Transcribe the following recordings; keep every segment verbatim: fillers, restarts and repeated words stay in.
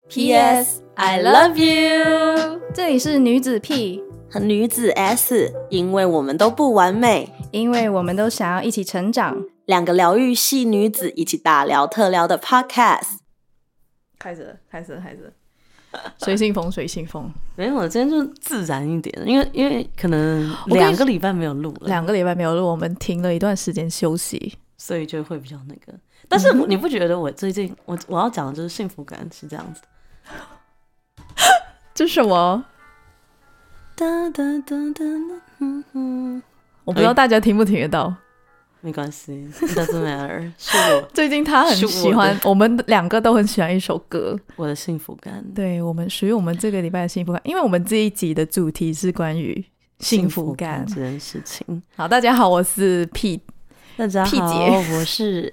P S I love you。 这里是女子 P 和女子 S， 因为我们都不完美， 因为我们都想要一起成长， 两个疗愈系女子一起大聊特聊的 podcast。 开始了开始了开始了随性风随性风。 没有，我今天就自然一点，因为因为可能两个礼拜没有录了， 两个礼拜没有录，我们停了一段时间休息， 所以就会比较那个。但是你不觉得我最近我我要讲的就是幸福感是这样子？ 这是什么？ 哒哒哒哒嗯嗯， 我不知道大家听不听得到。 没关系 ，It doesn't matter。是我最近他很喜欢，我们两个都很喜欢一首歌， 我的幸福感。 对，我们属于我们这个礼拜的幸福感，因为我们这一集的主题是关于幸福感这件事情。 好，大家好，我是 P， 大家好， P 姐， 我是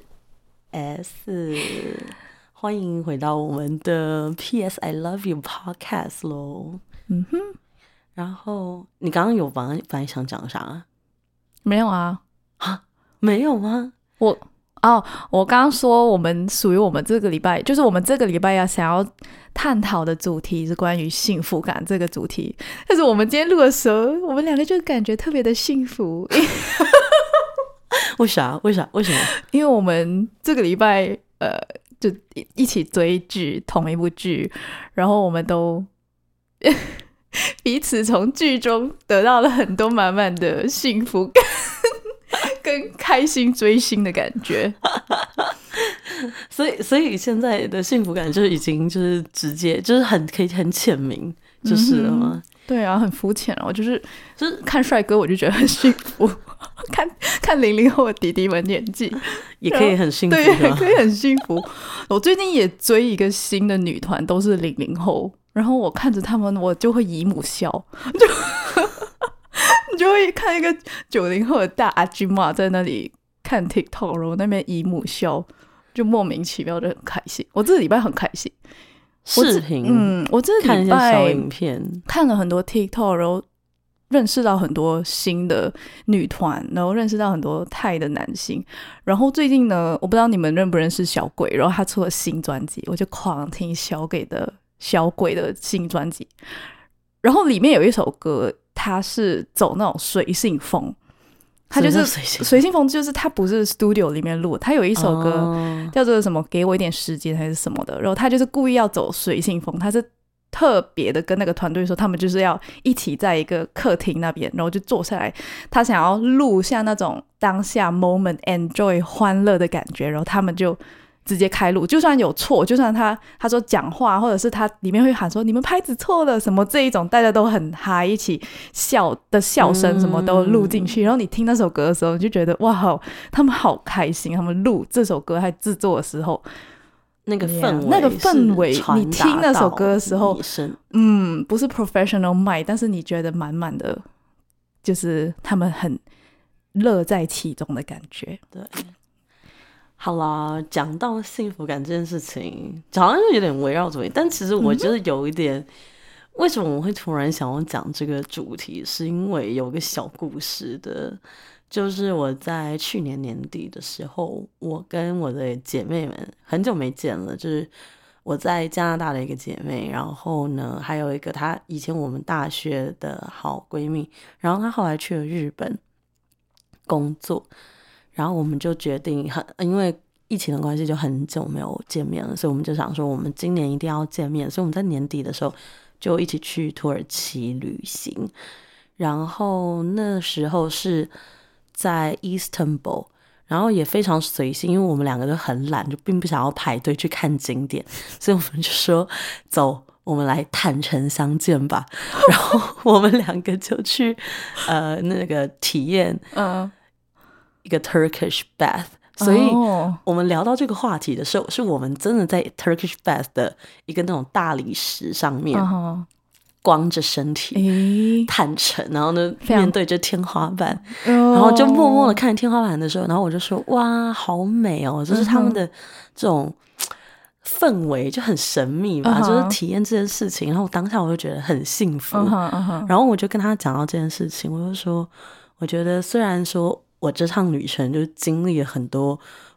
S， 欢迎回到我们的 P S I Love You Podcast 咯。 嗯哼， 然后你刚刚有本来本来想讲啥啊？ 没有啊？ 啊，没有吗？ 我哦，我刚刚说我们属于我们这个礼拜，就是我们这个礼拜要想要探讨的主题是关于幸福感这个主题。但是我们今天录的时候，我们两个就感觉特别的幸福。 为啥？为啥？为什么？ 因为我们这个礼拜呃，就一起追剧，同一部剧，然后我们都彼此从剧中得到了很多满满的幸福感跟开心追星的感觉。 所以所以现在的幸福感就已经就是直接就是很可以很浅明就是了吗？ 嗯，对啊，很肤浅哦，就是就是看帅哥我就觉得很幸福，看看零零后的弟弟们年纪也可以很幸福， 对，也可以很幸福。我最近也追一个新的女团，都是零零后，然后我看着他们，我就会姨母笑，就你就会看一个九零后的大阿金嘛在那里看 TikTok， 然后那边姨母笑，就莫名其妙的很开心。我这个礼拜很开心。 视频， 嗯，我这个礼拜看一些小影片， 看了很多 TikTok， 然后认识到很多新的女团，然后认识到很多泰的男星。然后最近呢，我不知道你们认不认识小鬼，然后他出了新专辑，我就狂听小鬼的小鬼的新专辑。然后里面有一首歌，它是走那种随性风。他就是随性风，就是他不是 studio 里面录，他有一首歌叫做什么给我一点时间还是什么的，然后他就是故意要走随性风，他是特别的跟那个团队说他们就是要一起在一个客厅那边，然后就坐下来，他想要录下那种当下 moment enjoy 欢乐的感觉，然后他们就直接开录，就算有错，就算他他说讲话，或者是他里面会喊说你们拍子错了什么这一种，大家都很嗨，一起笑的笑声什么都录进去，嗯，然后你听那首歌的时候，你就觉得哇，他们好开心，他们录这首歌还制作的时候， 那个氛围， 那个氛围，你听那首歌的时候，嗯，不是 professional mic， 但是你觉得满满的，就是他们很乐在其中的感觉， 对。好啦，讲到幸福感这件事情，好像有点围绕着，但其实我觉得有一点，嗯，为什么我会突然想要讲这个主题，是因为有个小故事的，就是我在去年年底的时候，我跟我的姐妹们很久没见了，就是我在加拿大的一个姐妹，然后呢，还有一个她以前我们大学的好闺蜜，然后她后来去了日本工作。然后我们就决定很，因为疫情的关系就很久没有见面了，所以我们就想说我们今年一定要见面，所以我们在年底的时候就一起去土耳其旅行。然后那时候是在 Istanbul， 然后也非常随性，因为我们两个都很懒，就并不想要排队去看景点，所以我们就说走，我们来坦诚相见吧。然后我们两个就去呃那个体验嗯一个 Turkish bath， 所以我们聊到这个话题的时候，是我们真的在 Turkish bath 的一个那种大理石上面，光着身体坦诚，然后呢面对着天花板，然后就默默的看天花板的时候，然后我就说哇好美哦，就是他们的这种氛围就很神秘吧， uh-huh. 就是体验这件事情，然后当下我就觉得很幸福， uh-huh, uh-huh. 然后我就跟他讲到这件事情，我就说我觉得虽然说我这趟旅程就经历了很多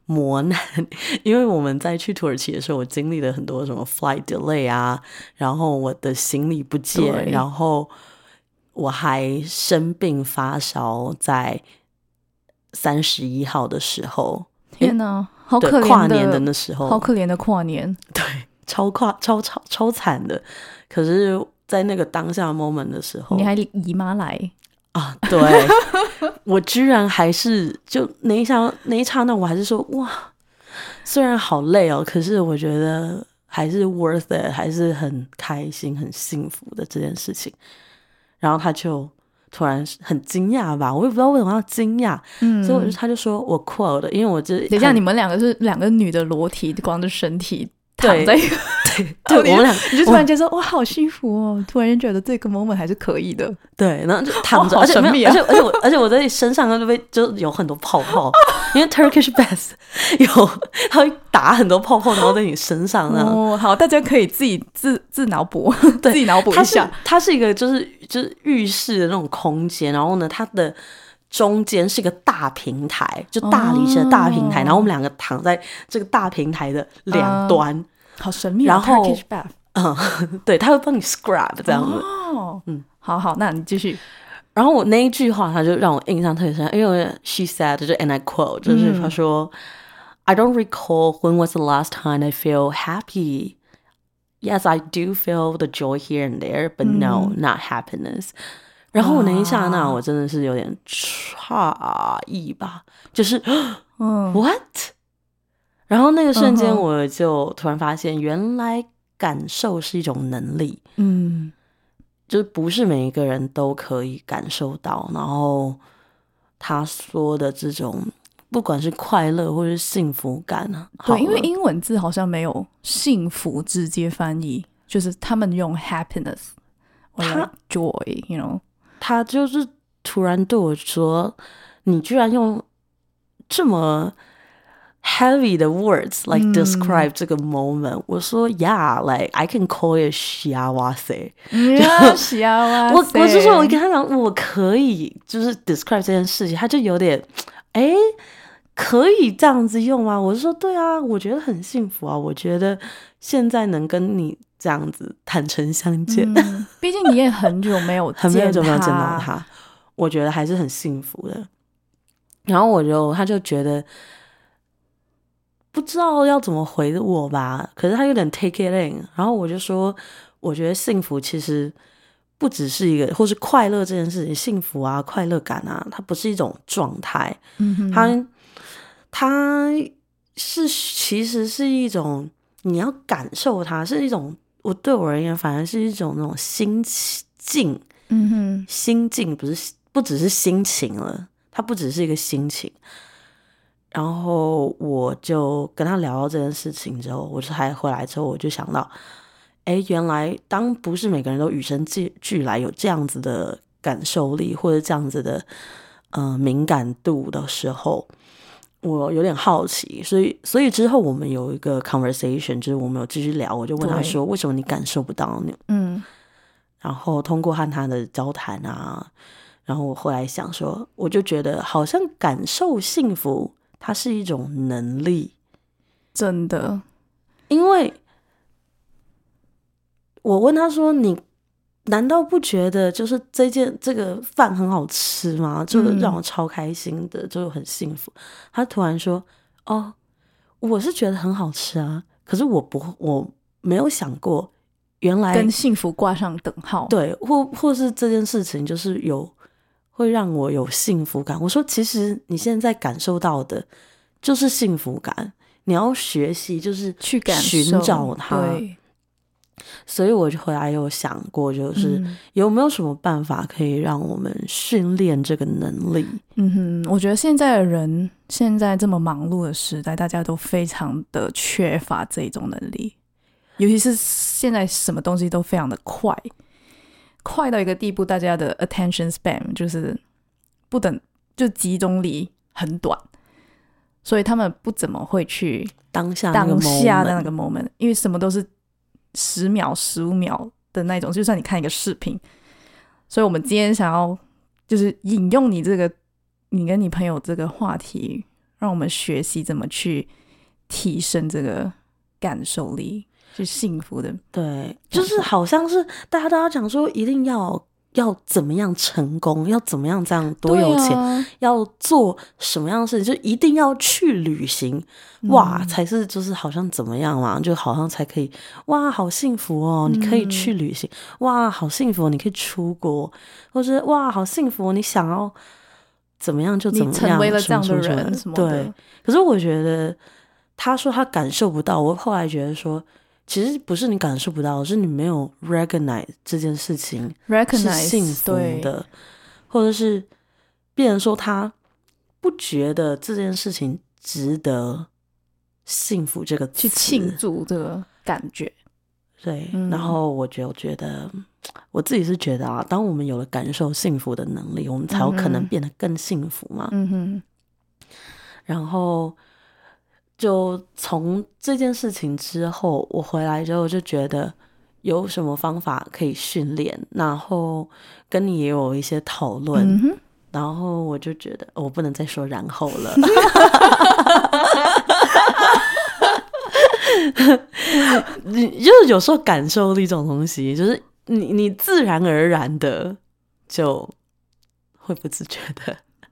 磨难，因为我们在去土耳其的时候，我经历了很多什么 flight delay 啊，然后我的行李不见，然后我还生病发烧，在三十一号的时候， 天哪，好可怜的跨年的那时候， 好可怜的跨年， 对，超跨超超超惨的。可是，在那个当下 moment 的时候， 你还姨妈来啊？对，我居然还是就那一下那一刹那，我还是说哇，虽然好累哦，可是我觉得还是 worth it， 还是很开心、很幸福的这件事情。然后他就突然很惊讶吧，我也不知道为什么要惊讶，嗯，所以我就他就说我 quote， 因为我就等一下，你们两个是两个女的裸体，光着身体躺在一个， 对对，对我们俩你就突然间说哇，好幸福哦，突然间觉得这个 moment 还是可以的， 对，然后就躺着， 好神秘啊， 而且而且我而且我在身上就被就有很多泡泡，因为 Turkish bath 有它会打很多泡泡，然后在你身上呢。 哦，好，大家可以自己自自脑补，自己脑补一下。 它是一个就是就是浴室的那种空间，然后呢，它的中间是一个大平台，就大理石的大平台，哦，然后我们两个躺在这个大平台的两端，嗯， 好神秘，啊。 然后 Turkish bath， 嗯，对，他会帮你 scrub 这样子。 哦，嗯，好好，那你继续。 然后我那一句话，他就让我印象特别深，因为 she said， 就是 and I quote， 就是他说，嗯，I don't recall when was the last time I feel happy. Yes, I do feel the joy here and there, but no, not happiness. 然后我那一刹那，我真的是有点诧异吧，就是嗯 what？ 然后那个瞬间，我就突然发现，原来感受是一种能力，嗯，就是不是每一个人都可以感受到。然后他说的这种，不管是快乐或是幸福感啊， 对，因为英文字好像没有幸福直接翻译，就是他们用 happiness 或者 joy，you know。 他就是突然对我说：“你居然用这么 heavy 的 words like describe 这个 moment。嗯”我说 ：“Yeah, like I can call it 幸せ。” Yeah, 幸せ。 我我就说，我跟他讲，我可以就是 describe 这件事情，他就有点哎。可以这样子用吗？我就说对啊，我觉得很幸福啊，我觉得现在能跟你这样子坦诚相见， 嗯，毕竟你也很久没有很久没有见到他，我觉得还是很幸福的。然后我就他就觉得不知道要怎么回我吧，可是他有点 take it in， 然后我就说，我觉得幸福其实不只是一个，或是快乐这件事情，幸福啊、快乐感啊，它不是一种状态，嗯哼，它它是其实是一种你要感受它，是一种我对我而言反而是一种那种心境，嗯哼，心境不是不只是心情了，它不只是一个心情。然后我就跟他聊到这件事情之后，我就还回来之后，我就想到，哎，原来当不是每个人都与生俱来有这样子的感受力或者这样子的呃敏感度的时候，我有点好奇，所以所以之后我们有一个 conversation， 就是我们有继续聊，我就问他说，为什么你感受不到呢？嗯，然后通过和他的交谈啊，然后我后来想说，我就觉得好像感受幸福，它是一种能力， 真的， 因为我问他说，你难道不觉得就是这件这个饭很好吃吗？就让我超开心的，就很幸福。他突然说，哦，我是觉得很好吃啊，可是我不我没有想过原来跟幸福挂上等号， 对，或或是这件事情就是有会让我有幸福感。我说其实你现在感受到的就是幸福感，你要学习就是去感受寻找它。 对， 所以我就回来有想过，就是有没有什么办法可以让我们训练这个能力。 嗯哼，我觉得现在的人现在这么忙碌的时代，大家都非常的缺乏这种能力，尤其是现在什么东西都非常的快，快到一个地步，大家的 attention span 就是不等，就集中力很短，所以他们不怎么会去当下那个 moment, 当下的那个 moment， 因为什么都是十秒十五秒的那种，就算你看一个视频。所以我们今天想要就是引用你这个你跟你朋友这个话题， 让我们学习怎么去提升这个感受力，就幸福的。 对，就是好像是大家都要讲说一定要要怎么样成功，要怎么样这样多有钱、啊、要做什么样的事情，就一定要去旅行、嗯、哇才是就是好像怎么样嘛，就好像才可以哇好幸福哦，你可以去旅行、嗯、哇好幸福你可以出国，或者哇好幸福你想要怎么样就怎么样， 你成为了这样的人什么的。 对，可是我觉得他说他感受不到，我后来觉得说其实不是你感受不到，是你没有 recognize 这件事情 recognize 是幸福的，或者是别人说他不觉得这件事情值得幸福这个词去庆祝这个感觉。 对、嗯、然后我觉得我觉得我自己是觉得啊，当我们有了感受幸福的能力，我们才有可能变得更幸福嘛。 嗯哼， 然后就从这件事情之后，我回来之后就觉得有什么方法可以训练，然后跟你也有一些讨论、嗯、然后我就觉得、哦、我不能再说然后了你就是有时候感受力这种东西，就是你你自然而然的就会不自觉的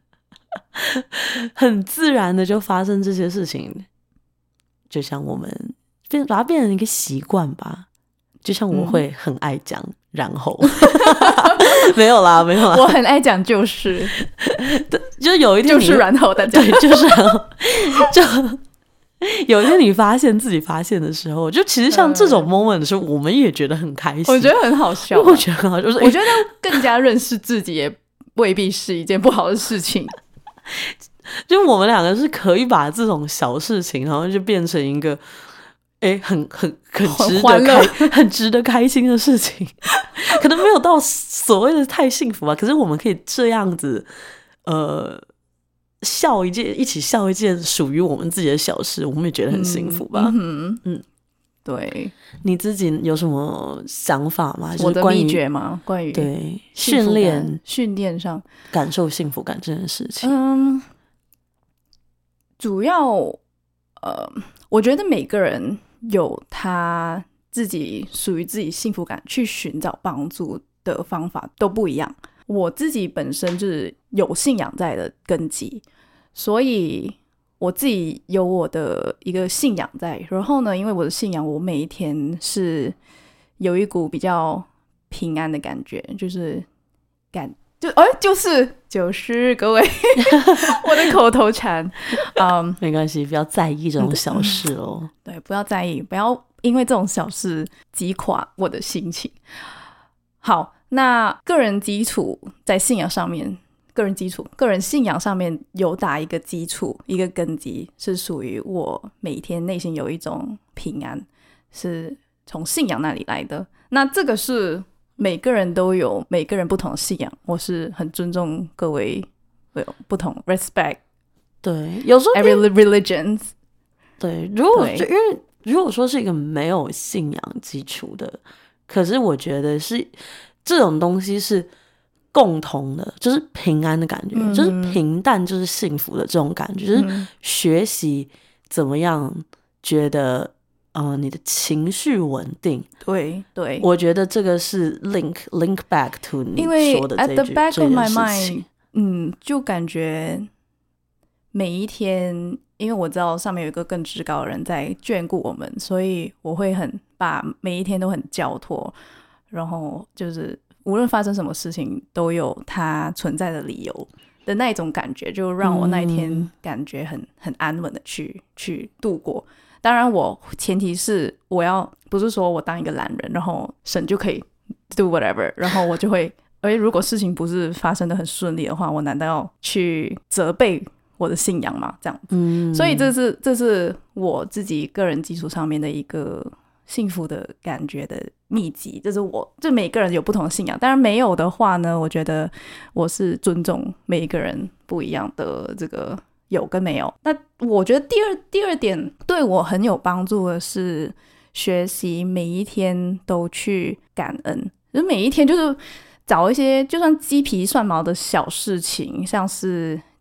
很自然的就发生这些事情，就像我们变把它变成一个习惯吧，就像我会很爱讲、嗯、然后没有啦没有啦， 我很爱讲就是就有一天就是然后大家对就是然后就有一天你发现自己发现的时候，就其实像这种 moment 的时候、嗯、我们也觉得很开心， 我觉得很好笑、啊、 我觉得很好笑， 我觉得更加认识自己也未必是一件不好的事情就我们两个是可以把这种小事情然后就变成一个诶很很很值得开很值得开心的事情可能没有到所谓的太幸福吧，可是我们可以这样子呃笑一件一起笑一件属于我们自己的小事，我们也觉得很幸福吧。 嗯嗯嗯，对， 你自己有什么想法吗？ 我的秘诀吗？关于对训练训练上感受幸福感这件事情？ 嗯，主要呃，我觉得每个人有他自己属于自己幸福感去寻找帮助的方法都不一样。我自己本身就是有信仰在的根基，所以我自己有我的一个信仰在，然后呢因为我的信仰我每一天是有一股比较平安的感觉，就是感就哎就是就是各位我的口头禅um, 没关系，不要在意这种小事哦对，不要在意，不要因为这种小事击垮我的心情。好，那个人基础在信仰上面，个人基础个人信仰上面有打一个基础一个根基，是属于我每天内心有一种平安，是从信仰那里来的。那这个是每个人都有每个人不同的信仰，我是很尊重各位有不同 respect 对，有时候 every religions 对，如果因为如果说是一个没有信仰基础的，可是我觉得是这种东西是共同的，就是平安的感觉、嗯、就是平淡就是幸福的这种感觉、嗯、就是学习怎么样觉得呃你的情绪稳定。 对对， 我觉得这个是 link link back to 你说的这句，因为 at the back of my mind 嗯， 就感觉每一天，因为我知道上面有一个更至高的人在眷顾我们，所以我会很把每一天都很交托，然后就是无论发生什么事情都有它存在的理由的那一种感觉，就让我那一天感觉很、嗯、很安稳的去去度过。当然我前提是我要不是说我当一个懒人然后神就可以 do whatever 然后我就会而如果事情不是发生的很顺利的话，我难道要去责备我的信仰嘛，这样子、嗯、所以这是这是我自己个人基础上面的一个幸福的感觉的秘籍，这是我就每个人有不同的信仰，当然没有的话呢，我觉得我是尊重每一个人不一样的这个有跟没有。那我觉得第二第二点对我很有帮助的是学习每一天都去感恩，就是每一天就是找一些就算鸡皮蒜毛的小事情，像是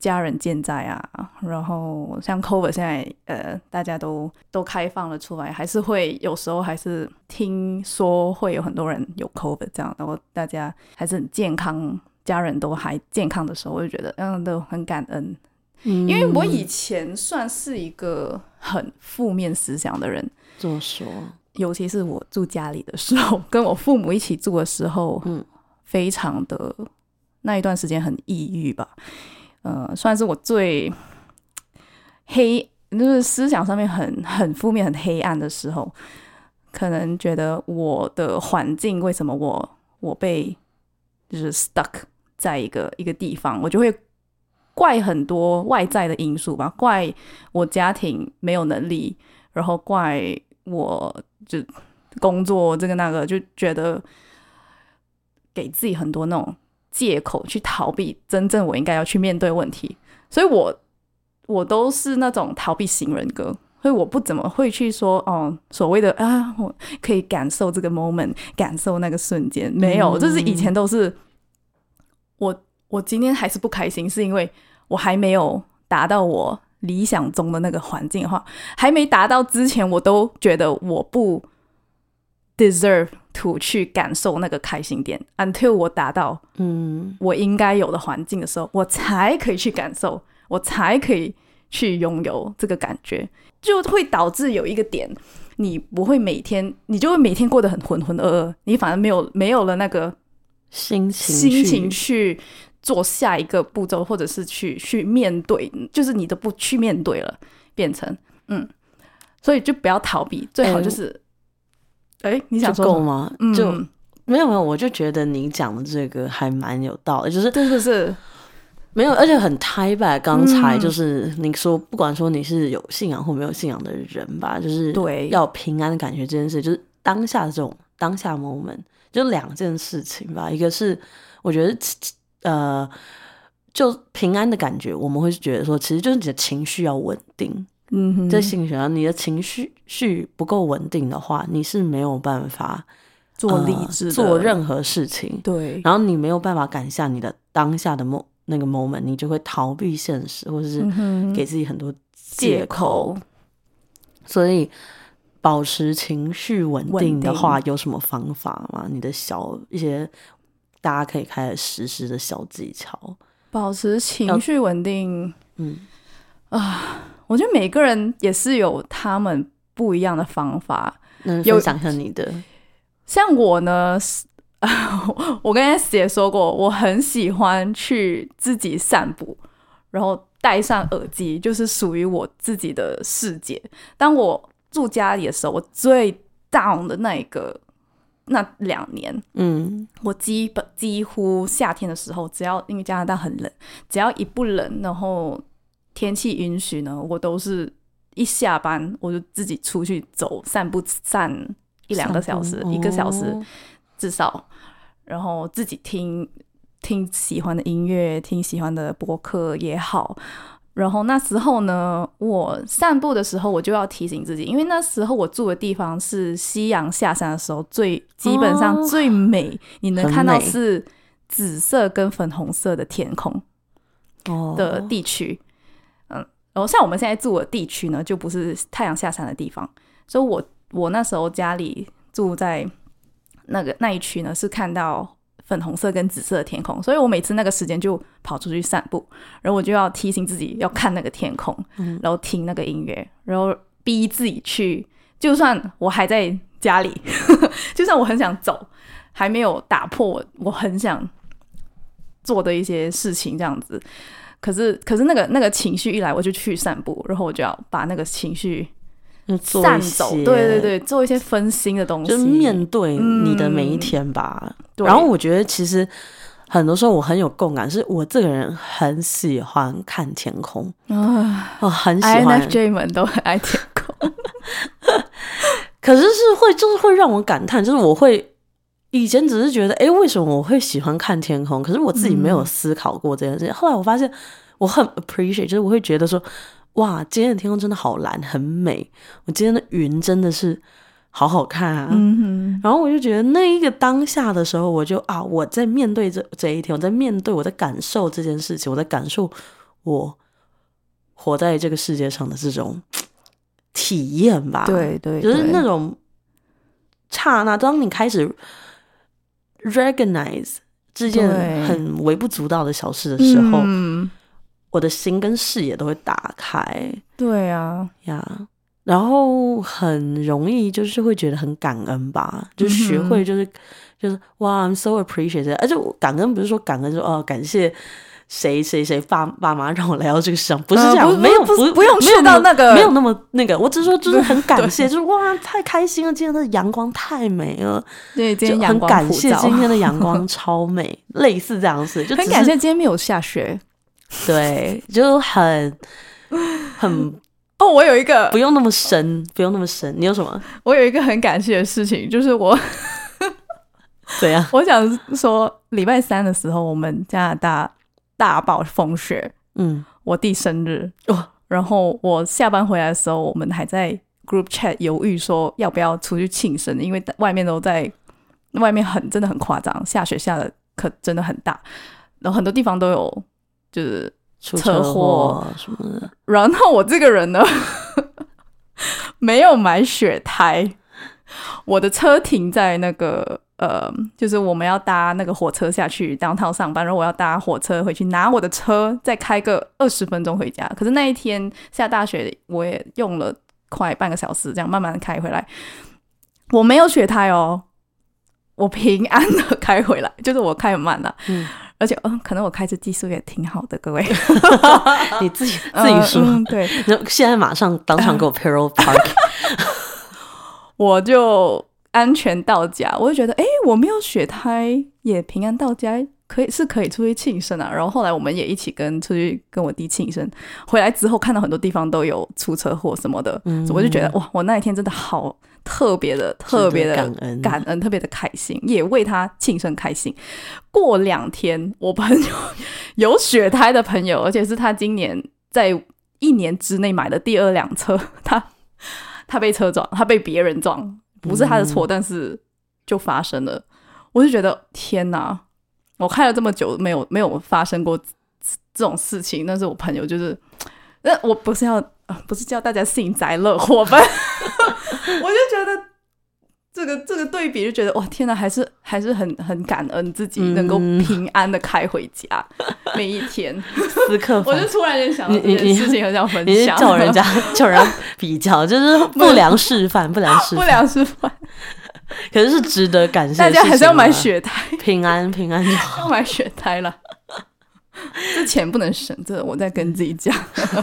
家人健在啊，然后像 COVID 现在呃大家都都开放了出来，还是会有时候还是听说会有很多人有 COVID 这样，然后大家还是很健康，家人都还健康的时候，我就觉得嗯都很感恩。嗯，因为我以前算是一个很负面思想的人， 怎么说？ 尤其是我住家里的时候，跟我父母一起住的时候，嗯，非常的那一段时间很抑郁吧，呃，算是我最黑，就是思想上面很很负面、很黑暗的时候，可能觉得我的环境为什么我我被就是 stuck 在一个一个地方，我就会怪很多外在的因素吧，怪我家庭没有能力，然后怪我就工作这个那个，就觉得给自己很多那种借口去逃避真正我应该要去面对问题，所以我我都是那种逃避型人格，所以我不怎么会去说哦所谓的啊我可以感受这个 moment 感受那个瞬间，没有，就是以前都是我我今天还是不开心，是因为我还没有达到我理想中的那个环境的话，还没达到之前，我都觉得我不 deserve to 去感受那个开心点 until 我达到嗯我应该有的环境的时候，我才可以去感受，我才可以去拥有这个感觉，就会导致有一个点，你不会每天，你就会每天过得很浑浑噩噩，你反而没有没有了那个心情心情去做下一个步骤，或者是去去面对，就是你都不去面对了，变成嗯，所以就不要逃避，最好就是哎、欸，你想说够吗？嗯、就没有没有，我就觉得你讲的这个还蛮有道理，就是对，是不是？ 没有，而且很太白。刚才就是你说，不管说你是有信仰或没有信仰的人吧，就是对要平安的感觉这件事，就是当下的这种当下 moment， 就两件事情吧。一个是我觉得呃，就平安的感觉，我们会觉得说，其实就是你的情绪要稳定。嗯哼，在心理学上，你的情绪绪不够稳定的话，你是没有办法做理智的、 呃、做任何事情。 对， 然后你没有办法感下你的当下的 mo 那个 moment， 你就会逃避现实，或者是给自己很多借口。所以保持情绪稳定的话，有什么方法吗？你的小一些大家可以开始实施的小技巧。 保持情绪稳定，嗯啊，我觉得每个人也是有他们不一样的方法。 能分享一下你的？ 像我呢，我跟 S 也说过，我很喜欢去自己散步，然后戴上耳机，就是属于我自己的世界。当我住家里的时候，我最 down 的那一个那两年，嗯，我基本几乎夏天的时候，只要因为加拿大很冷，只要一不冷，然后天气允许呢，我都是一下班我就自己出去走散步，散一两个小时，一个小时至少，然后自己听听喜欢的音乐，听喜欢的播客也好。然后那时候呢，我散步的时候我就要提醒自己，因为那时候我住的地方是夕阳下山的时候最基本上最美、哦、你能看到是紫色跟粉红色的天空的地区、哦、嗯，然后像我们现在住的地区呢就不是太阳下山的地方，所以我我那时候家里住在那个那一区呢是看到粉红色跟紫色的天空，所以我每次那个时间就跑出去散步，然后我就要提醒自己要看那个天空、嗯、然后听那个音乐，然后逼自己去，就算我还在家里就算我很想走，还没有打破我我很想做的一些事情这样子，可是可是那个那个情绪一来我就去散步，然后我就要把那个情绪散走，对对对，做一些分心的东西， 就是面对你的每一天吧、嗯、然后我觉得其实很多时候我很有共感，是我这个人很喜欢看天空、啊、我很喜欢 I N F J 们都很爱天空可是是会就是会让我感叹，就是我会以前只是觉得哎，为什么我会喜欢看天空，可是我自己没有思考过这件事情、嗯、后来我发现我很 appreciate， 就是我会觉得说哇，今天的天空真的好蓝，很美。我今天的云真的是好好看啊。嗯哼，然后我就觉得那一个当下的时候，我就啊，我在面对这这一天，我在面对，我在感受这件事情，我在感受我活在这个世界上的这种体验吧。 对对， 就是那种刹那，当你开始 recognize 这件很微不足道的小事的时候，嗯，我的心跟视野都会打开。 对啊呀，然后很容易就是会觉得很感恩吧，就学会就是、嗯、就是哇 I'm so appreciative， 而且我感恩不是说感恩说哦感谢谁谁谁爸爸妈让我来到这个世上，不是这样，呃、没有不不用去到那个没有那么那个，我只是说就是很感谢，就是哇太开心了，今天的阳光太美了， 对，今天阳光很感谢今天的阳光超美，类似这样子，就很感谢今天没有下雪， 对，就很很哦，我有一个不用那么深，不用那么深，你有什么？ 我有一个很感谢的事情，就是我怎样？ 我想说礼拜三的时候，我们加拿大大暴风雪，嗯，我弟生日，哦，然后我下班回来的时候，我们还在 group chat 犹豫说要不要出去庆生，因为外面都在外面很真的很夸张，下雪下的可真的很大，然后很多地方都有就是车祸什么的。 然后我这个人呢没有买雪胎，我的车停在那个呃，就是我们要搭那个火车下去downtown上班，然后我要搭火车回去拿我的车，再开个二十分钟回家。可是那一天下大雪，我也用了快半个小时，这样慢慢开回来。我没有雪胎哦，我平安的开回来，就是我开很慢了，嗯，而且嗯，可能我开车技术也挺好的，各位。 你自己自己说， 嗯嗯、对， 现在马上当场给我 parallel park， 我就安全到家，我就觉得哎，我没有雪胎也平安到家，可以是可以出去庆生啊。然后后来我们也一起跟出去跟我弟庆生，回来之后看到很多地方都有出车祸什么的，嗯、所以我就觉得哇，我那一天真的好特别的特别的感恩感恩，特别的开心，也为他庆生开心。过两天我朋友有雪胎的朋友，而且是他今年在一年之内买的第二辆车，他他被车撞，他被别人撞，不是他的错，嗯、但是就发生了。我就觉得天哪，我开了这么久没有没有发生过这种事情，但是我朋友就是那我不是要不是叫大家幸灾乐祸吧我就觉得这个这个对比就觉得哇天哪，还是还是很很感恩自己能够平安的开回家，嗯、每一天斯克我就突然间想到这件事情很想分享， 你是叫人家叫人家比较，就是不良示范不良示范不良示范可是是值得感谢， 大家还是要买雪胎， 平安平安就好， 要买雪胎了这钱不能省，这我在跟自己讲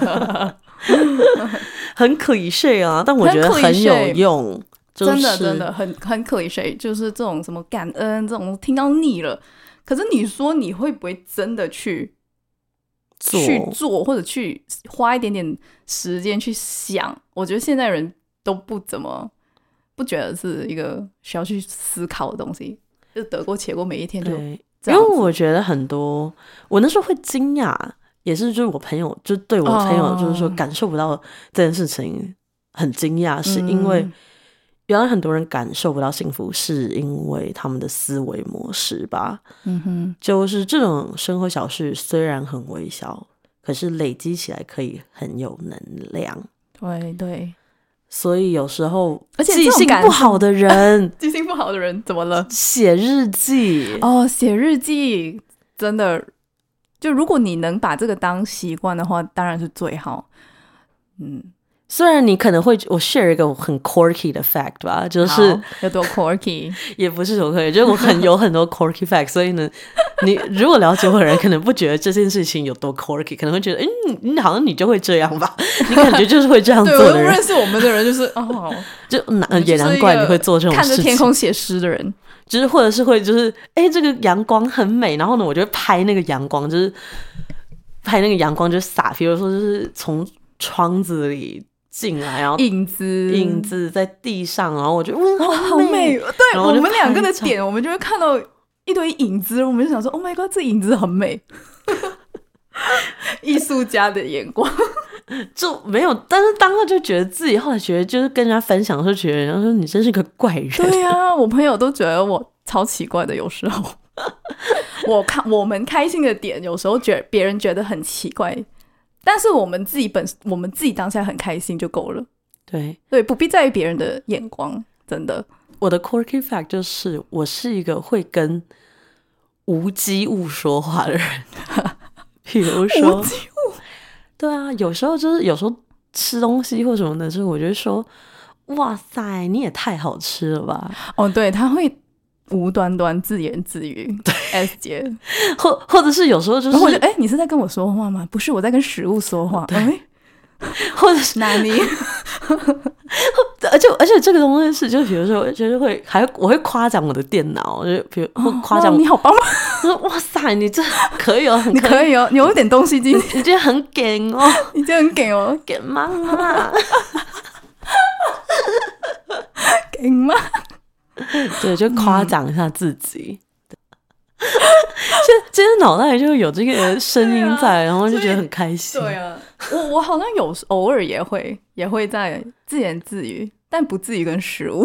很 cliché 啊，但我觉得很有用，就是、 真的真的很很 cliché， 就是这种什么感恩这种听到腻了，可是你说你会不会真的去做去做，或者去花一点点时间去想？我觉得现在人都不怎么不觉得是一个需要去思考的东西，就得过且过，每一天就这样。 因为我觉得很多，我那时候会惊讶，也是就是我朋友就对我朋友就是说感受不到这件事情很惊讶，是因为原来很多人感受不到幸福，是因为他们的思维模式吧。嗯哼，就是这种生活小事虽然很微小，可是累积起来可以很有能量。 对对。 所以有时候记性不好的人记性不好的人怎么了？ 写日记哦，写日记真的，就如果你能把这个当习惯的话，当然是最好。嗯， 虽然你可能会，我 share 一个很 quirky 的 fact 吧，就是有多 quirky 也不是多 quirky， 就是我很有很多 quirky fact， 所以呢，你如果了解我的人，可能不觉得这件事情有多 quirky， 可能会觉得，哎、欸，你好像你就会这样吧，你感觉就是会这样做的人。 对，我认识我们的人就是哦， 就也难怪你会做这种事情， 看着天空写诗的人， 就是或者是会就是，哎、欸，这个阳光很美，然后呢，我就会拍那个阳光，就是拍那个阳光，就洒，比如说就是从窗子里进来，然后影子影子在地上，然后我觉得哇、 哦、好美，对，我们两个的点，我们就会看到一堆影子，我们就想说 Oh my god， 这影子很美艺术家的眼光就没有，但是当时就觉得自己后来觉得就是跟人家分享的时候，觉得人家说你真是个怪人。 对啊，我朋友都觉得我超奇怪的，有时候我看我们开心的点，有时候觉得别人觉得很奇怪， 但是我们自己本我们自己当下很开心就够了。 对对，不必在意别人的眼光，真的。 我的 quirky fact 就是我是一个会跟无机物说话的人比如说无机物， 对啊，有时候就是有时候吃东西或什么的时候，我就会说哇塞你也太好吃了吧。 哦对，他会无端端自言自语 S 姐或或者是有时候就是我就哎、欸，你是在跟我说话吗？不是，我在跟食物说话。对、欸， 或者是哪里而且而且这个东西是，就比如说，就是会还我会夸奖我的电脑，就比如会夸奖、 哦、你好棒， 我说哇塞，你这可以哦，很你可以哦，你有一点东西进， 你觉得很给哦， 你这很给哦， 给妈妈， 给妈， 对，就夸奖一下自己。就今天脑袋就会有这个声音在、啊、然后就觉得很开心。 对啊，我我好像有偶尔也会也会在自言自语，但不至于跟食物。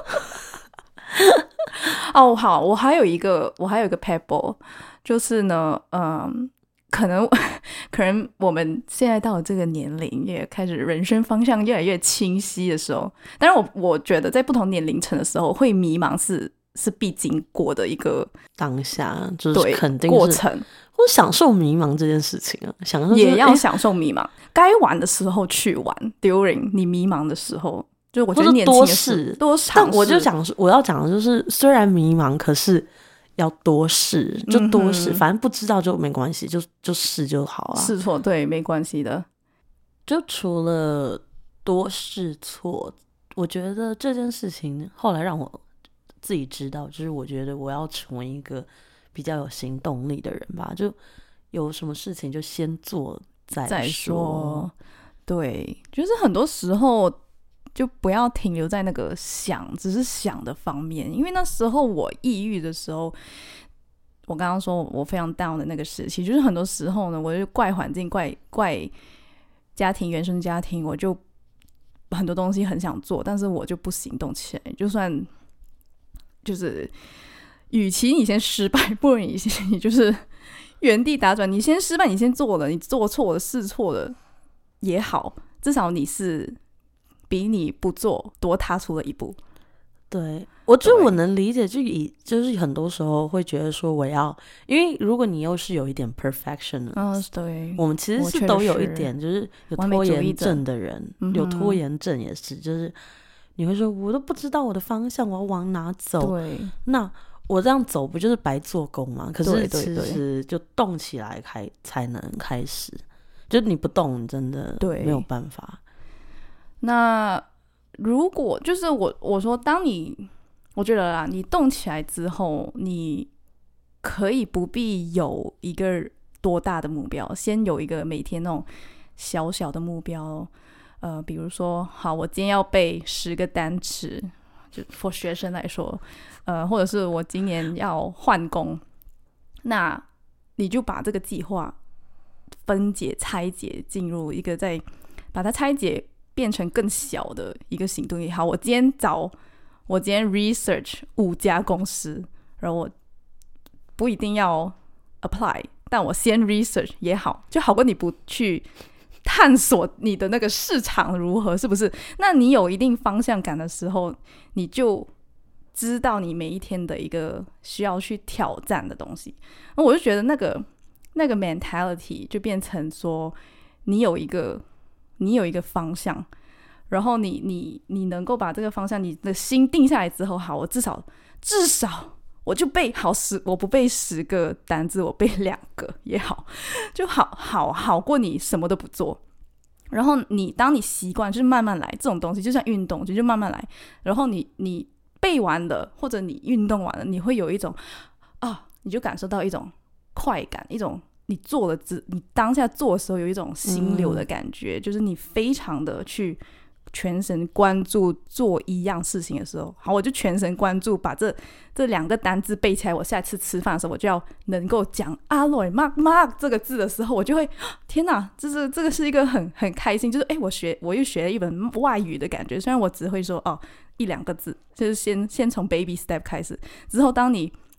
哦，好，我还有一个我还有一个 pebble， 就是呢，嗯，可能可能我们现在到了这个年龄，也开始人生方向越来越清晰的时候，当然我我觉得在不同年龄层的时候会迷茫是。是必经过的一个当下，就是肯定是过程， 或享受迷茫这件事情啊，享受、就是、 也要享受迷茫。该、欸、玩的时候去玩 ，during 你迷茫的时候，就我觉得年轻的事多试， 但我就讲，我要讲的就是，虽然迷茫，可是要多试，就多试、嗯，反正不知道就没关系，就就试就好了。 试错对，没关系的。 就除了多试错，我觉得这件事情后来让我。自己知道，就是我觉得我要成为一个比较有行动力的人吧，就有什么事情就先做再说。再说对，就是很多时候就不要停留在那个想，只是想的方面。因为那时候我抑郁的时候，我刚刚说我非常 down 的那个时期，就是很多时候呢，我就怪环境、怪怪家庭、原生家庭，我就很多东西很想做，但是我就不行动起来，就算。就是与其你先失败，不如你先你就是原地打转，你先失败，你先做了，你做错了试错了也好，至少你是比你不做多踏出了一步。 对，我觉得我能理解，就以就是很多时候会觉得说我要，因为如果你又是有一点 perfection， 嗯，对， 我们其实是都有一点，就是有拖延症的人，有拖延症也是，就是你会说我都不知道我的方向，我要往哪走？对，那我这样走不就是白做工吗？可是其实就动起来开才能开始，就你不动，你真的没有办法。 那如果就是我我说，当你我觉得啦，你动起来之后，你可以不必有一个多大的目标，先有一个每天那种小小的目标。呃，比如说，好，我今天要背十个单词，就 for 学生来说，呃，或者是我今年要换工，那你就把这个计划分解、拆解，进入一个再把它拆解变成更小的一个行动也好。我今天找，我今天 research 五家公司，然后我不一定要 apply， 但我先 research 也好，就好过你不去。探索你的那个市场如何，是不是？那你有一定方向感的时候，你就知道你每一天的一个需要去挑战的东西。那我就觉得那个那个 mentality 就变成说，你有一个你有一个方向，然后你你你能够把这个方向，你的心定下来之后，好，我至少至少。我就背好十，我不背十个单字，我背两个也好，就好好好过你什么都不做。然后你当你习惯，就是慢慢来，这种东西就像运动，就就慢慢来。然后你你背完了，或者你运动完了，你会有一种啊，你就感受到一种快感，一种你做了之，你当下做的时候有一种心流的感觉，嗯、就是你非常的去。全神关注做一样事情的时候，好，我就全神关注把这这两个单字背起来。我下次吃饭的时候，我就要能够讲阿罗玛玛这个字的时候，我就会天哪，这是这个是一个很很开心，就是哎，我学我又学了一门外语的感觉。虽然我只会说哦一两个字，就是先先从 baby step 开始，之后当你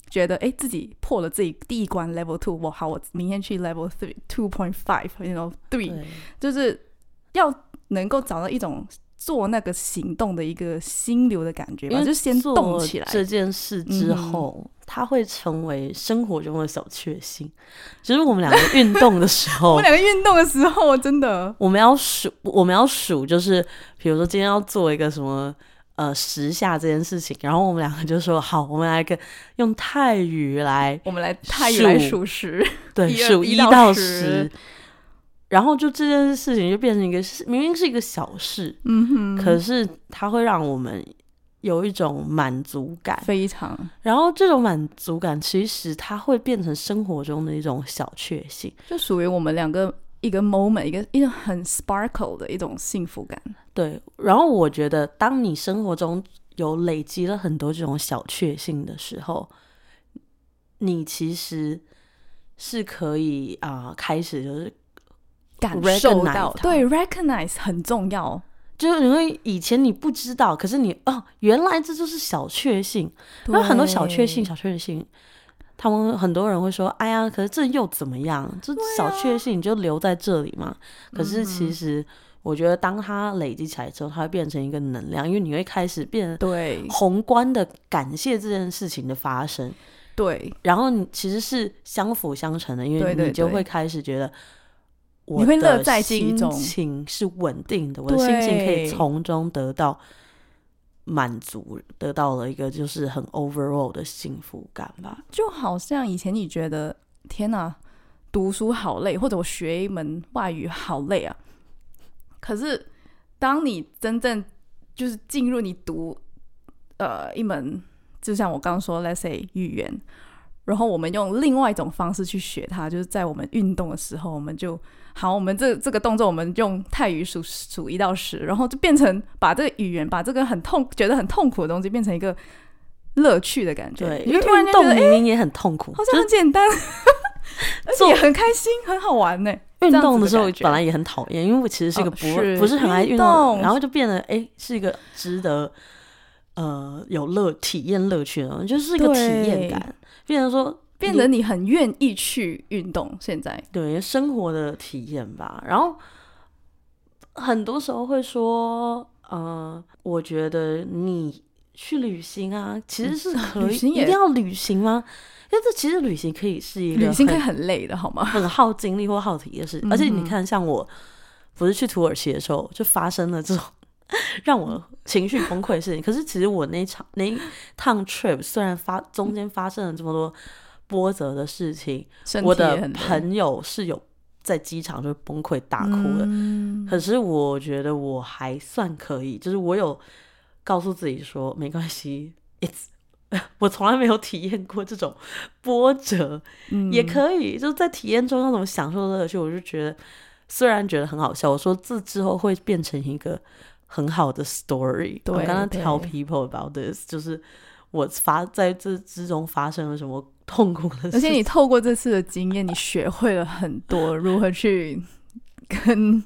觉得哎自己破了自己第一关 level two， 我好，我明天去 level three two point five，you know three， 就是要能够找到一种做那个行动的一个心流的感觉吧，就先动起来。 这件事之后、嗯、它会成为生活中的小确幸。就是我们两个运动的时候， 我们两个运动的时候，真的， 我们要数，我们要数，就是比如说今天要做一个什么。呃，十下这件事情，然后我们两个就说好，我们来个用泰语来， 我们来泰语来数十， 对，数一到十，然后就这件事情就变成一个明明是一个小事，嗯哼，可是它会让我们有一种满足感， 非常， 然后这种满足感其实它会变成生活中的一种小确幸， 就属于我们两个一个 moment， 一个一种很 sparkle 的一种幸福感。 对，然后我觉得当你生活中有累积了很多这种小确幸的时候，你其实是可以啊、呃，开始就是感受到，对 recognize 很重要， 就是因为以前你不知道，可是你哦，原来这就是小确幸，然后很多小确幸小确幸他们很多人会说哎呀，可是这又怎么样，这小确幸你就留在这里嘛、啊、可是其实我觉得当它累积起来之后，它会变成一个能量，因为你会开始变得宏观的感谢这件事情的发生， 对， 然后你其实是相辅相成的，因为你就会开始觉得我的心情是稳定的，我的心情可以从中得到满足，得到了一个就是很 overall 的幸福感吧。 就好像以前你觉得天哪，读书好累，或者我学一门外语好累啊，可是当你真正就是进入你读呃一门，就像我刚刚说 let's say 语言，然后我们用另外一种方式去学它，就是在我们运动的时候，我们就好，我们这这个动作我们用泰语数数一到十，然后就变成把这个语言，把这个很痛觉得很痛苦的东西变成一个乐趣的感觉。 对，因为运动明明也很痛苦， 好像很简单、就是、而且也很开心很好玩呢。 运动的时候本来也很讨厌，因为我其实是一个不、哦、是不是很爱运动，然后就变得哎是一个值得呃有乐体验乐趣的，就是一个体验感，变成说变得你很愿意去运动。现在对生活的体验吧。然后很多时候会说呃我觉得你去旅行啊其实是可以、嗯、一定要旅行吗？因为这其实旅行可以是一个旅行可以很累的好吗？ 很耗精力或耗体力的事情、嗯、而且你看像我不是去土耳其的时候就发生了这种让我情绪崩溃的事情，可是其实我那一场那一趟 trip 虽然发中间发生了这么多波折的事情，我的朋友是有在机场就崩溃大哭的、嗯、可是我觉得我还算可以，就是我有告诉自己说没关系 it's我从来没有体验过这种波折、嗯、也可以就是在体验中那种享受的乐趣，我就觉得虽然觉得很好笑，我说这之后会变成一个很好的 story。 我刚刚 tell people about this， 就是我发在这之中发生了什么痛苦的事情， 而且你透过这次的经验你学会了很多如何去跟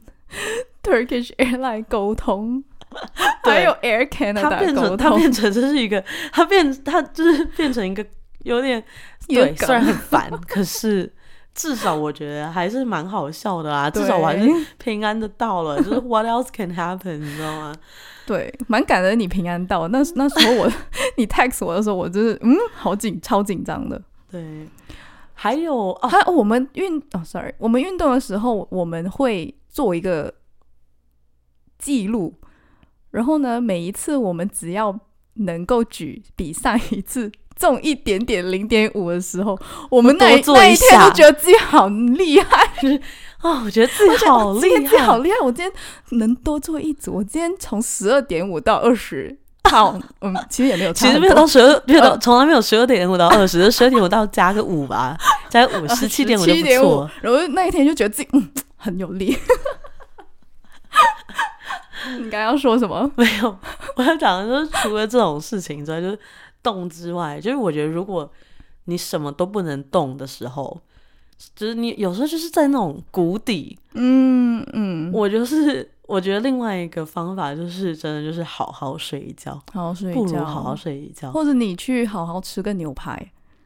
Turkish Airlines 沟通还有 Air Canada 沟通， 它变成这是一个它变它就是变成一个有点对虽然很烦可是至少我觉得还是蛮好笑的啦，至少我还是平安的到了就是 what else can happen 你知道吗？ 对，蛮感恩你平安到那那时候我你 text 我的时候我就是嗯好紧超紧张的。 对，还有哦， 还有我们运哦 sorry 我们运动的时候我们会做一个记录，然后呢每一次我们只要能够举比上一次中一点点 零点五 的时候，我们 那, 那一天就觉得自己好厉害哦，我觉得自己好厉害， 自己好厉害！我今天能多做一组，我今天从十二点五到二十套，嗯，其实也没有差很多， 其实没有到十二，没有到，从来没有十二点五到二十，十二点五到加个五吧，加个五，十七点五就不错。 然后那一天就觉得自己嗯很有力。你刚刚要说什么？ 没有，我要讲的就是除了这种事情之外，就是动之外，就是我觉得如果你什么都不能动的时候，就是你有时候就是在那种谷底，嗯嗯，我就是我觉得另外一个方法就是真的就是好好睡一觉， 好好睡一觉， 不如好好睡一觉， 或者你去好好吃个牛排，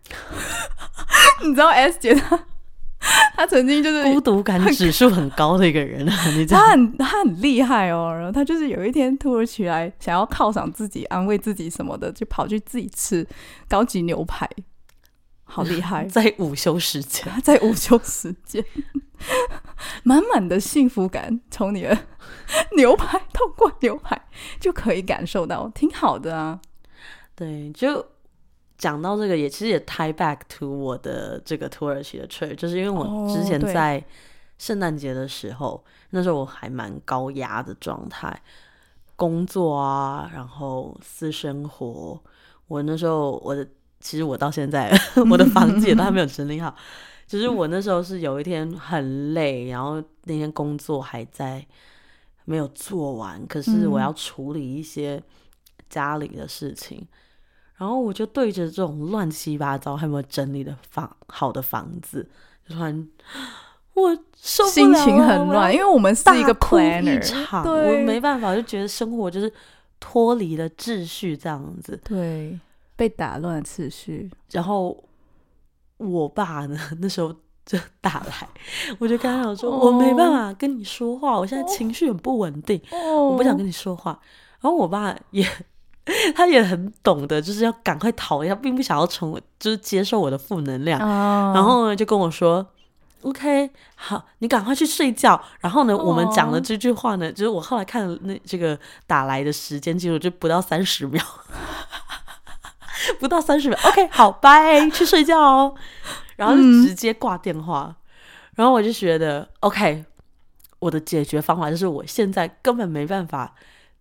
你知道 S 姐她她曾经就是孤独感指数很高的一个人啊，你这样。 她很她很厉害哦，然后她就是有一天突如其来想要犒赏自己、安慰自己什么的，就跑去自己吃高级牛排，好厉害！ 在午休时间， 在午休时间，满满的幸福感从你的牛排透过牛排就可以感受到，挺好的啊。 对，就讲到这个也其实也 tie back to 我的这个土耳其的 trip， 就是因为我之前在圣诞节的时候、哦、那时候我还蛮高压的状态，工作啊，然后私生活，我那时候我的其实我到现在我的房子也都还没有整理好，就是我那时候是有一天很累，然后那天工作还在没有做完，可是我要处理一些家里的事情、嗯、然后我就对着这种乱七八糟还没有整理的房好的房子，就突然我受不了了， 心情很乱，因为我们是一个 planner， 对，我没办法，就觉得生活就是脱离了秩序这样子， 对，被打乱了秩序。 然后我爸呢那时候就打来，我就跟他讲说、oh. 我没办法跟你说话，我现在情绪很不稳定、oh. 我不想跟你说话。然后我爸也他也很懂得就是要赶快逃，他并不想要从就是接受我的负能量、oh. 然后呢就跟我说 OK 好，你赶快去睡觉。然后呢、oh. 我们讲了这句话呢，就是我后来看了那这个打来的时间记录，就不到三十秒不到三十秒 OK 好拜去睡觉哦，然后就直接挂电话、嗯、然后我就觉得 OK 我的解决方法就是我现在根本没办法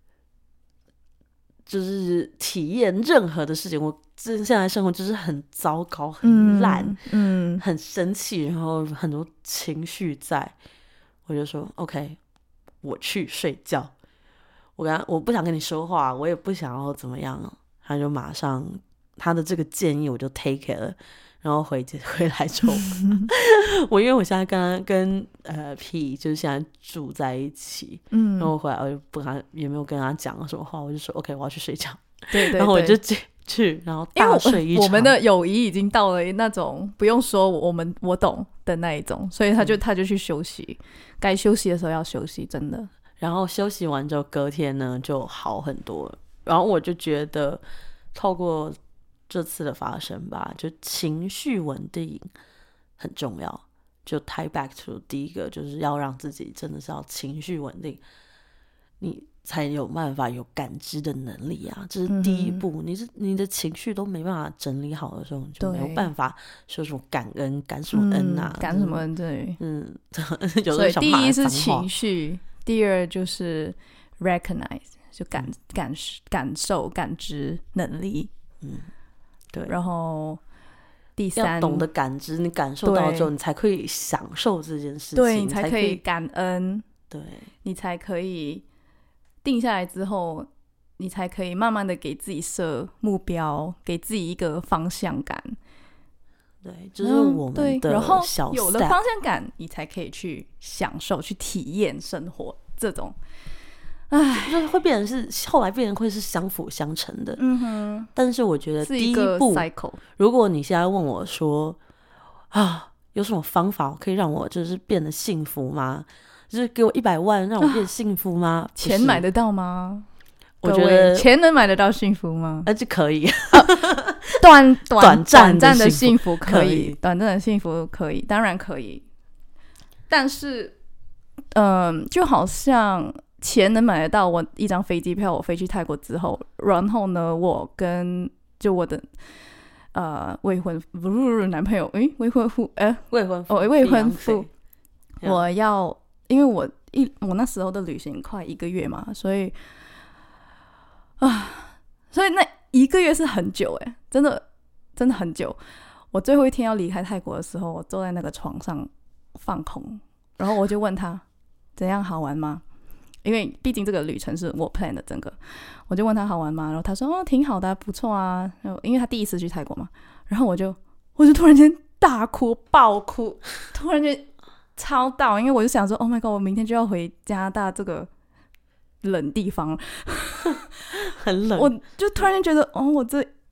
就是体验任何的事情，我现在生活就是很糟糕很烂、嗯嗯、很生气，然后很多情绪在，我就说 OK 我去睡觉，我跟他我不想跟你说话，我也不想要怎么样，他就马上他的这个建议我就 take it 了，然后回回来之后我因为我现在跟他跟呃 P 就是现在住在一起，嗯，然后我回来我就不跟他也没有跟他讲什么话，我就说 OK 我要去睡觉， 对对对， 然后我就去然后大睡一场。 因为 我, 我们的友谊已经到了那种不用说我们我懂的那一种，所以他就、嗯、他就去休息，该休息的时候要休息，真的。 然后休息完之后隔天呢就好很多，然后我就觉得透过这次的发生吧，就情绪稳定很重要，就 tie back to 第一个就是要让自己真的是要情绪稳定，你才有办法有感知的能力啊，这是第一步、嗯、你是你的情绪都没办法整理好的时候，你就没有办法说什么感恩感什么恩啊、嗯、 感什么恩，对， 嗯有时候想骂所以第一是情绪，第二就是 recognize 就感、嗯、感感受感知能力，嗯，对，然后第三要懂得感知，你感受到之后你才可以享受这件事情， 对，你才可以感恩， 对， 你才可以定下来之后你才可以慢慢的给自己设目标，给自己一个方向感， 对，就是我们的小 step、嗯、 然后有了方向感你才可以去享受去体验生活，这种唉， 就是会变成是后来变成会是相辅相成的，嗯哼。但是我觉得第一步， 是一个 cycle。 如果你现在问我说啊，有什么方法可以让我就是变得幸福吗？就是给我一百万让我变幸福吗？啊、 钱买得到吗？ 我觉得钱能买得到幸福吗？ 而且可以，啊、 短短短暂的幸福可以， 可以短暂的幸福可以，当然可以。但是，嗯、呃，就好像钱能买得到我一张飞机票，我飞去泰国之后，然后呢，我跟就我的呃未婚不是男朋友，诶，未婚夫，呃， 未婚夫， 哦，未婚夫，我要，因为我一我那时候的旅行快一个月嘛，所以啊，所以那一个月是很久诶，真的真的很久。我最后一天要离开泰国的时候，我坐在那个床上放空，然后我就问他怎样，好玩吗？因为毕竟这个旅程是我 plan 的整个，我就问他好玩吗？然后他说哦挺好的、啊、不错啊，因为他第一次去泰国嘛，然后我就我就突然间大哭爆哭，突然间超到，因为我就想说 Oh my god 我明天就要回加拿大这个冷地方很冷， 我就突然间觉得哦我这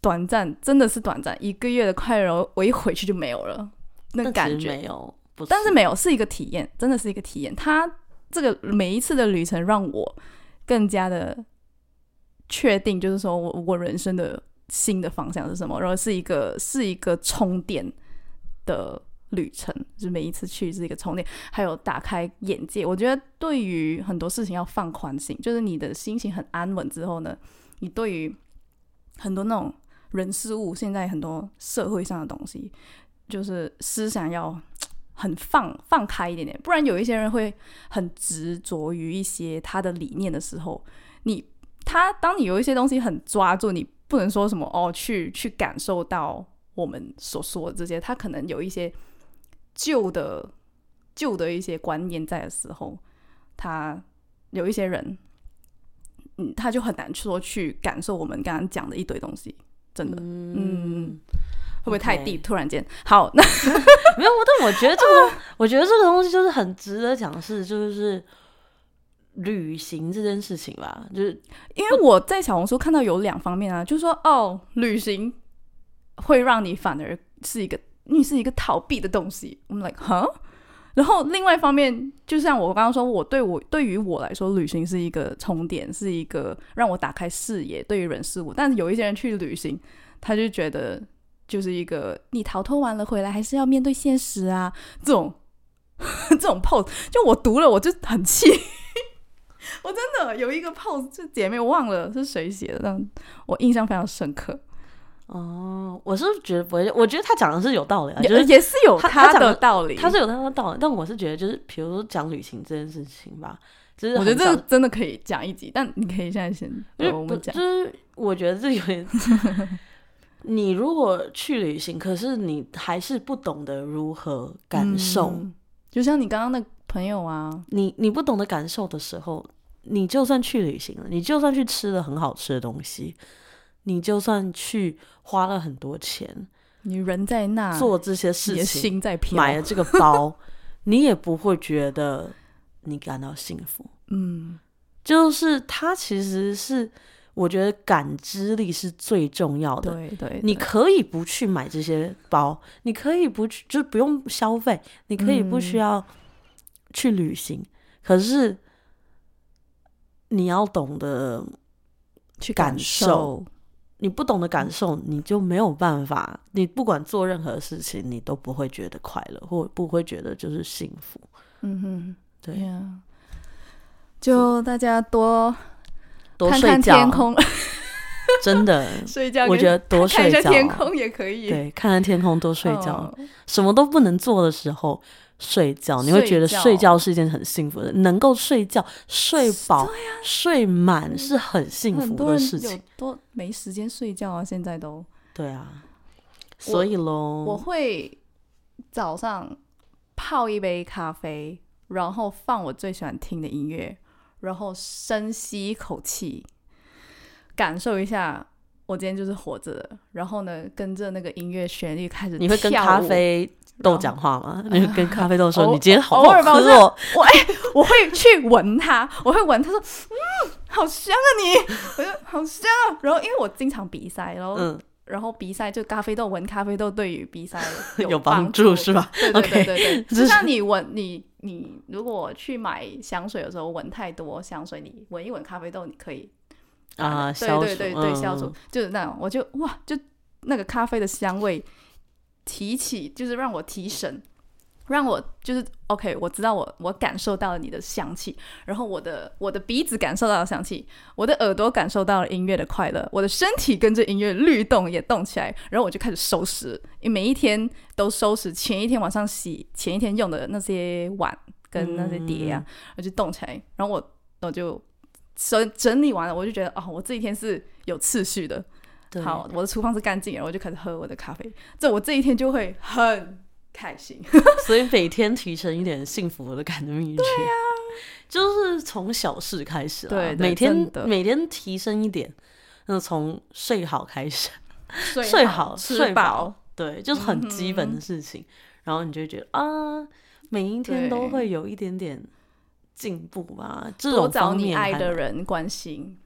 短暂，真的是短暂，一个月的快乐，我一回去就没有了，那感觉没有，不是， 但是没有，是一个体验，真的是一个体验。它这个每一次的旅程让我更加的确定，就是说我我人生的新的方向是什么，然后是一个是一个充电的旅程，就是每一次去是一个充电，还有打开眼界。我觉得对于很多事情要放宽心，就是你的心情很安稳之后呢，你对于很多那种人事物，现在很多社会上的东西，就是思想要很放放开一点点，不然有一些人会很执着于一些他的理念的时候，你他当你有一些东西很抓住，你不能说什么哦，去去感受到我们所说的这些，他可能有一些旧的旧的一些观念在的时候，他有一些人，嗯，他就很难说去感受我们刚刚讲的一堆东西，真的，嗯。嗯会不会太 deep？ 突然间，好，那没有，但我觉得这个，我觉得这个东西就是很值得讲，是就是旅行这件事情吧，就是因为我在小红书看到有两方面啊，就是说哦，旅行会让你反而是一个，你是一个逃避的东西。我们 like 哈，然后另外一方面，就像我刚刚说，我对我对于我来说，旅行是一个充电，是一个让我打开视野，对于人事物。但是有一些人去旅行，他就觉得。就是一个你逃脱完了回来还是要面对现实啊，这种这种 pose 就我读了我就很气我真的有一个 pose 就姐妹我忘了是谁写的，但我印象非常深刻。 哦，我是觉得不会，我觉得他讲的是有道理啊， 也就是也是有他的道理， 他是有他的道理，但我是觉得就是比如说讲旅行这件事情吧，就是我觉得这个真的可以讲一集，但你可以现在先跟我们讲， 就是我觉得这有点你如果去旅行，可是你还是不懂得如何感受， 嗯、就像你刚刚的朋友啊， 你你不懂得感受的时候，你就算去旅行了，你就算去吃了很好吃的东西，你就算去花了很多钱， 你人在那做这些事情， 你的心在飘， 买了这个包，你也不会觉得你感到幸福。 嗯， 就是它其实是。我觉得感知力是最重要的。 对 对, 对， 你可以不去买这些包，你可以不去，就不用消费，你可以不需要去旅行，嗯、可是你要懂得去感受。 你不懂得感受，你就没有办法。你不管做任何事情，你都不会觉得快乐，或不会觉得就是幸福。 嗯哼， 对呀、yeah. 就大家多。 多睡觉， 看看天空真的睡觉， 我觉得多睡觉， 看一下天空也可以。 对，看看天空，多睡觉。哦、什么都不能做的时候，睡觉，你会觉得睡觉是一件很幸福的。能够睡觉、睡饱、啊、睡满是很幸福的事情。 很多人有多没时间睡觉啊，现在都。 对啊，所以咯， 我会早上泡一杯咖啡，然后放我最喜欢听的音乐。然后深吸一口气，感受一下我今天就是活着的。然后呢，跟着那个音乐旋律开始跳舞。 你会跟咖啡豆讲话吗？你会跟咖啡豆说：“你今天好好喝哦。” 我哎、欸，我会去闻它，我会闻它说：“嗯，好香啊你！”我就好香啊。然后因为我经常鼻塞，然后、嗯、然后鼻塞就咖啡豆闻咖啡豆对于鼻塞有有帮助是吧？ 对对对对对， okay, 就像你闻你。你如果去买香水的时候闻太多香水，你闻一闻咖啡豆，你可以啊， 对对对对，消除，就是那种，我就哇，就那个咖啡的香味提起，就是让我提神，让我就是 OK， 我知道我我感受到了你的香气，然后我的我的鼻子感受到了香气，我的耳朵感受到了音乐的快乐，我的身体跟着音乐律动也动起来，然后我就开始收拾，每一天都收拾前一天晚上洗前一天用的那些碗跟那些碟啊、嗯、我就动起来，然后我我就整理完了，我就觉得哦，我这一天是有次序的，好，我的厨房是干净的，我就开始喝我的咖啡，这我这一天就会很开心。 所以每天提升一点幸福的感的秘诀，对啊，就是从小事开始啦， 对对， 每天每天提升一点，那从睡好开始， 睡好睡好睡饱，对，就是很基本的事情、嗯、然后你就会觉得啊，每一天都会有一点点进步吧，这种多找你爱的人关心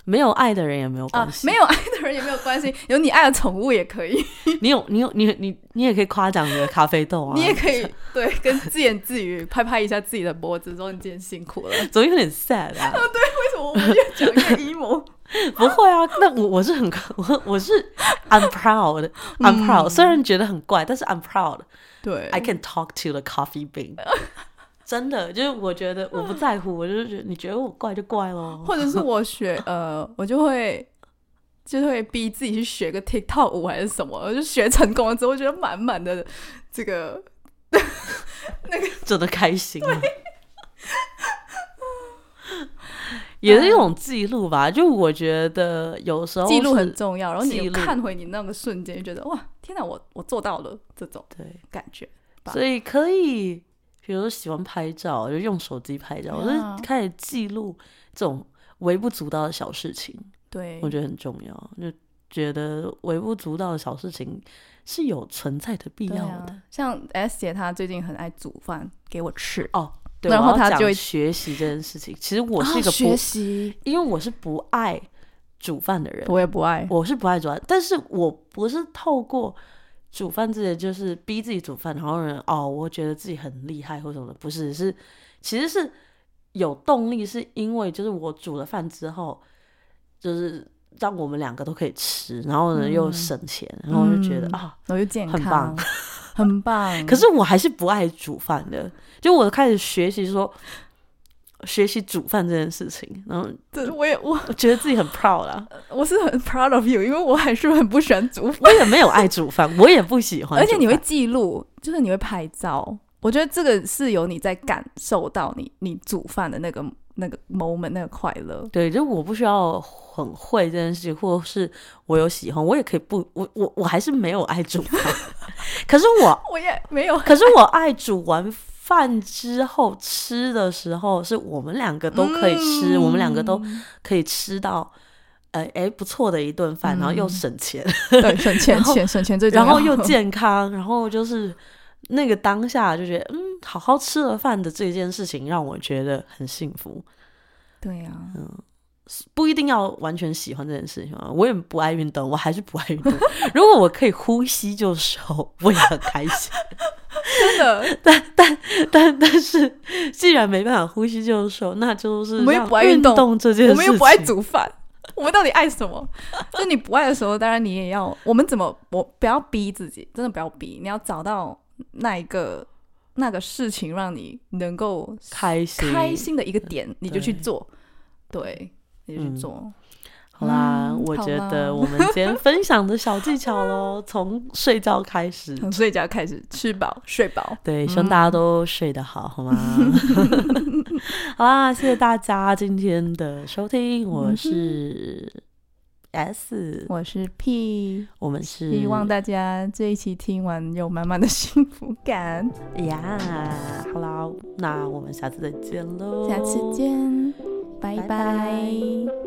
没有爱的人也没有关啊， 系， 没有爱的人也没有关系，有你爱的宠物也可以， 你有你有你你你也可以夸奖你的咖啡豆啊， 你也可以对跟自言自语拍拍一下自己的脖子，说你今天辛苦了。 总有点 sad 啊。 对，为什么我们越讲越 emo？ 不会啊，那我我是很我我是 I'm proud I'm proud，、嗯、虽然觉得很怪，但是 I'm proud。 对 ，I can talk to the coffee bean。真的，就是我觉得我不在乎，我就是觉得你觉得我怪就怪咯。 或者是我学呃，我就会就会逼自己去学个 TikTok 舞还是什么，我就学成功了之后，我觉得满满的这个那个真的开心、啊。也是一种记录吧，就我觉得有时候记录很重要，然后你看回你那个瞬间，就觉得哇，天哪，我我做到了这种对感觉。 所以可以，比如说喜欢拍照，就用手机拍照，我、啊、就开始记录这种微不足道的小事情。 对， 我觉得很重要，就觉得微不足道的小事情是有存在的必要的。 啊、像 S 姐她最近很爱煮饭给我吃哦。对， 然后他就会学习这件事情。其实我是一个不、 哦、学习， 因为我是不爱煮饭的人， 我也不爱， 我是不爱煮饭，但是我不是透过煮饭这些就是逼自己煮饭，然后人哦，我觉得自己很厉害或什么的，不是，是其实是有动力，是因为就是我煮了饭之后，就是让我们两个都可以吃，然后呢、嗯、又省钱，然后我就觉得、嗯、啊， 我就健康， 很棒。 很棒， 可是我还是不爱煮饭的，就我开始学习说学习煮饭这件事情，然后对我也我我觉得自己很 proud 啦， 我是很 proud of you， 因为我还是很不喜欢煮饭， 我也没有爱煮饭，我也不喜欢煮饭， 而且你会记录，就是你会拍照，我觉得这个是有你在感受到你你煮饭的那个那个 moment 那个快乐。 对，就我不需要很会这件事情，或是我有喜欢，我也可以不，我我我还是没有爱煮饭。可是我我也没有， 可是我爱煮完饭之后吃的时候，是我们两个都可以吃，嗯、我们两个都可以吃到，呃，哎，不错的一顿饭，嗯、然后又省钱， 对，省钱，钱省钱最重要， 然后又健康，然后就是那个当下就觉得，嗯，好好吃了饭的这件事情让我觉得很幸福。 对呀、啊， 嗯。不一定要完全喜欢这件事情啊，我也不爱运动，我还是不爱运动。如果我可以呼吸就瘦，我也很开心。 真的， 但但但但是，既然没办法呼吸就瘦，那就是我们又不爱运动这件事情， 我们又不爱煮饭，我们到底爱什么？就你不爱的时候，当然你也要。我们怎么？我不要逼自己，真的不要逼。你要找到那一个那个事情，让你能够开心开心的一个点，你就去做。对。你就去做、嗯、 好啦、嗯、我觉得我们今天分享的小技巧咯从睡觉开始从睡觉开始吃饱睡饱， 对，希望大家都睡得好、嗯、好吗好啦，谢谢大家今天的收听，我是 S， 我是 P， 我们是希望大家这一期听完有满满的幸福感呀、yeah, 好啦，那我们下次再见咯， 下次见，拜拜。